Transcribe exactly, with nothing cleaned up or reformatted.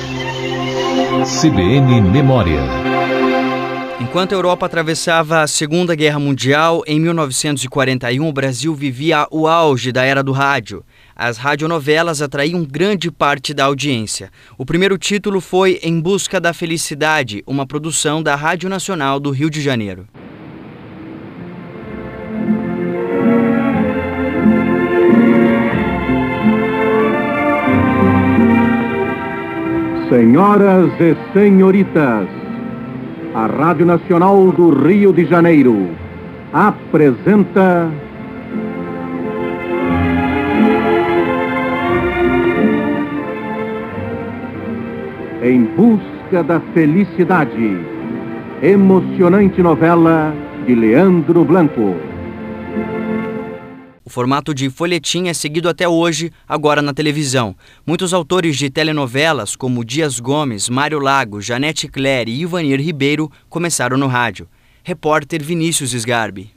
C B N Memória. Enquanto a Europa atravessava a Segunda Guerra Mundial, em mil novecentos e quarenta e um o Brasil vivia o auge da era do rádio. As radionovelas atraíam grande parte da audiência. O primeiro título foi Em Busca da Felicidade, uma produção da Rádio Nacional do Rio de Janeiro. Senhoras e senhoritas, a Rádio Nacional do Rio de Janeiro apresenta Em Busca da Felicidade, emocionante novela de Leandro Blanco. O formato de folhetim é seguido até hoje, agora na televisão. Muitos autores de telenovelas, como Dias Gomes, Mário Lago, Janete Claire e Ivanir Ribeiro, começaram no rádio. Repórter Vinícius Sgarbi.